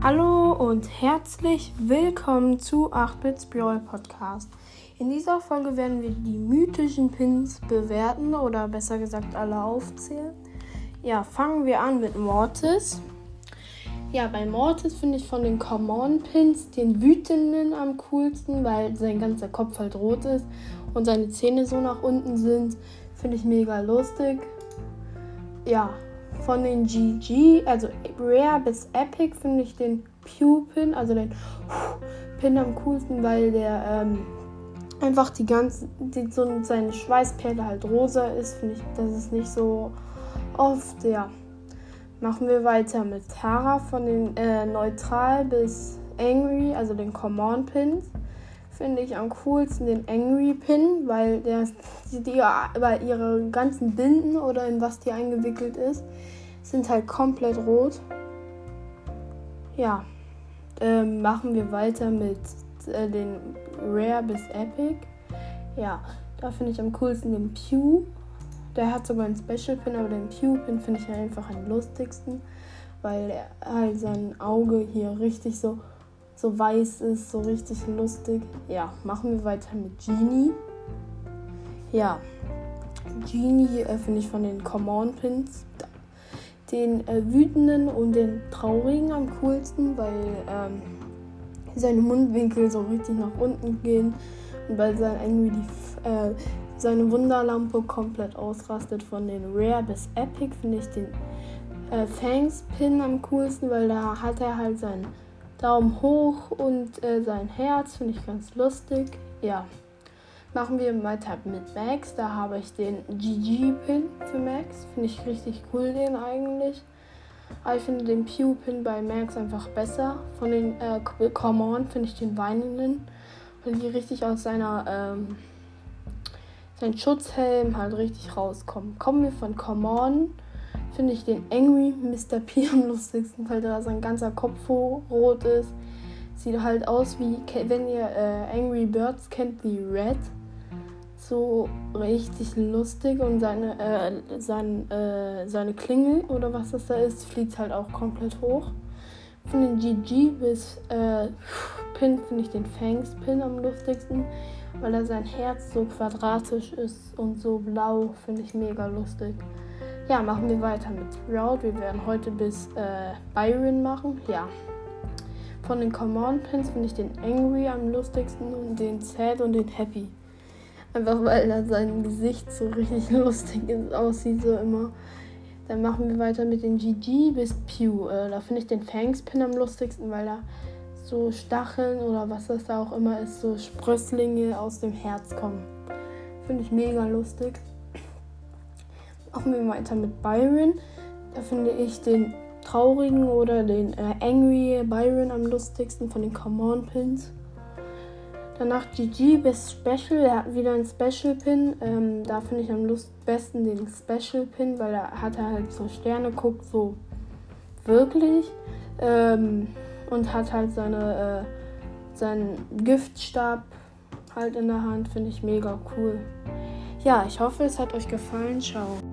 Hallo und herzlich willkommen zu 8-Bits Brawl Podcast. In dieser Folge werden wir die mythischen Pins bewerten oder besser gesagt alle aufzählen. Ja, fangen wir an mit Mortis. Ja, bei Mortis finde ich von den Common Pins den wütenden am coolsten, weil sein ganzer Kopf halt rot ist und seine Zähne so nach unten sind. Finde ich mega lustig. Ja, von den GG, also Rare bis Epic, finde ich den Pew-Pin, also den Pin am coolsten, weil der einfach seine Schweißperle halt rosa ist. Finde ich, das ist nicht so oft, ja. Machen wir weiter mit Tara von den Neutral bis Angry, also den Common Pins. Finde ich am coolsten den Angry Pin, weil bei ihre ganzen Binden oder in was die eingewickelt ist, sind halt komplett rot. Ja, machen wir weiter mit den Rare bis Epic. Ja, da finde ich am coolsten den Pew. Der hat sogar einen Special Pin, aber den Pew Pin finde ich einfach am lustigsten, weil er halt sein Auge hier richtig so weiß ist, so richtig lustig. Ja, machen wir weiter mit Genie. Ja, Genie finde ich von den Common Pins den wütenden und den traurigen am coolsten, weil seine Mundwinkel so richtig nach unten gehen und weil seine Wunderlampe komplett ausrastet. Von den Rare bis Epic finde ich den Fangs Pin am coolsten, weil da hat er halt seinen Daumen hoch und sein Herz, finde ich ganz lustig. Ja, machen wir weiter mit Max. Da habe ich den GG-Pin für Max. Finde ich richtig cool, den eigentlich. Aber ich finde den Pew-Pin bei Max einfach besser. Von den Common finde ich den weinenden, weil die richtig aus sein Schutzhelm halt richtig rauskommen. Kommen wir von Common, finde ich den Angry Mr. P am lustigsten, weil da sein ganzer Kopf rot ist. Sieht halt aus wie, wenn ihr Angry Birds kennt, wie Red. So richtig lustig und seine Klingel oder was das da ist, fliegt halt auch komplett hoch. Von den GG bis Pin finde ich den Fangs Pin am lustigsten, weil er sein Herz so quadratisch ist und so blau, finde ich mega lustig. Ja, machen wir weiter mit Sprout. Wir werden heute bis Byron machen. Ja. Von den Common Pins finde ich den Angry am lustigsten und den Sad und den Happy. Einfach weil da sein Gesicht so richtig lustig aussieht, so immer. Dann machen wir weiter mit den GG bis Pew. Da finde ich den Fangs Pin am lustigsten, weil da so Stacheln oder was das da auch immer ist, so Sprösslinge aus dem Herz kommen. Finde ich mega lustig. Machen wir weiter mit Byron. Da finde ich den traurigen oder den Angry Byron am lustigsten von den Common Pins. Danach GG bis Special. Der hat wieder einen Special Pin. Da finde ich am besten den Special Pin, weil da hat er halt so Sterne guckt, so wirklich. Und hat halt seinen Giftstab halt in der Hand. Finde ich mega cool. Ja, ich hoffe, es hat euch gefallen. Ciao.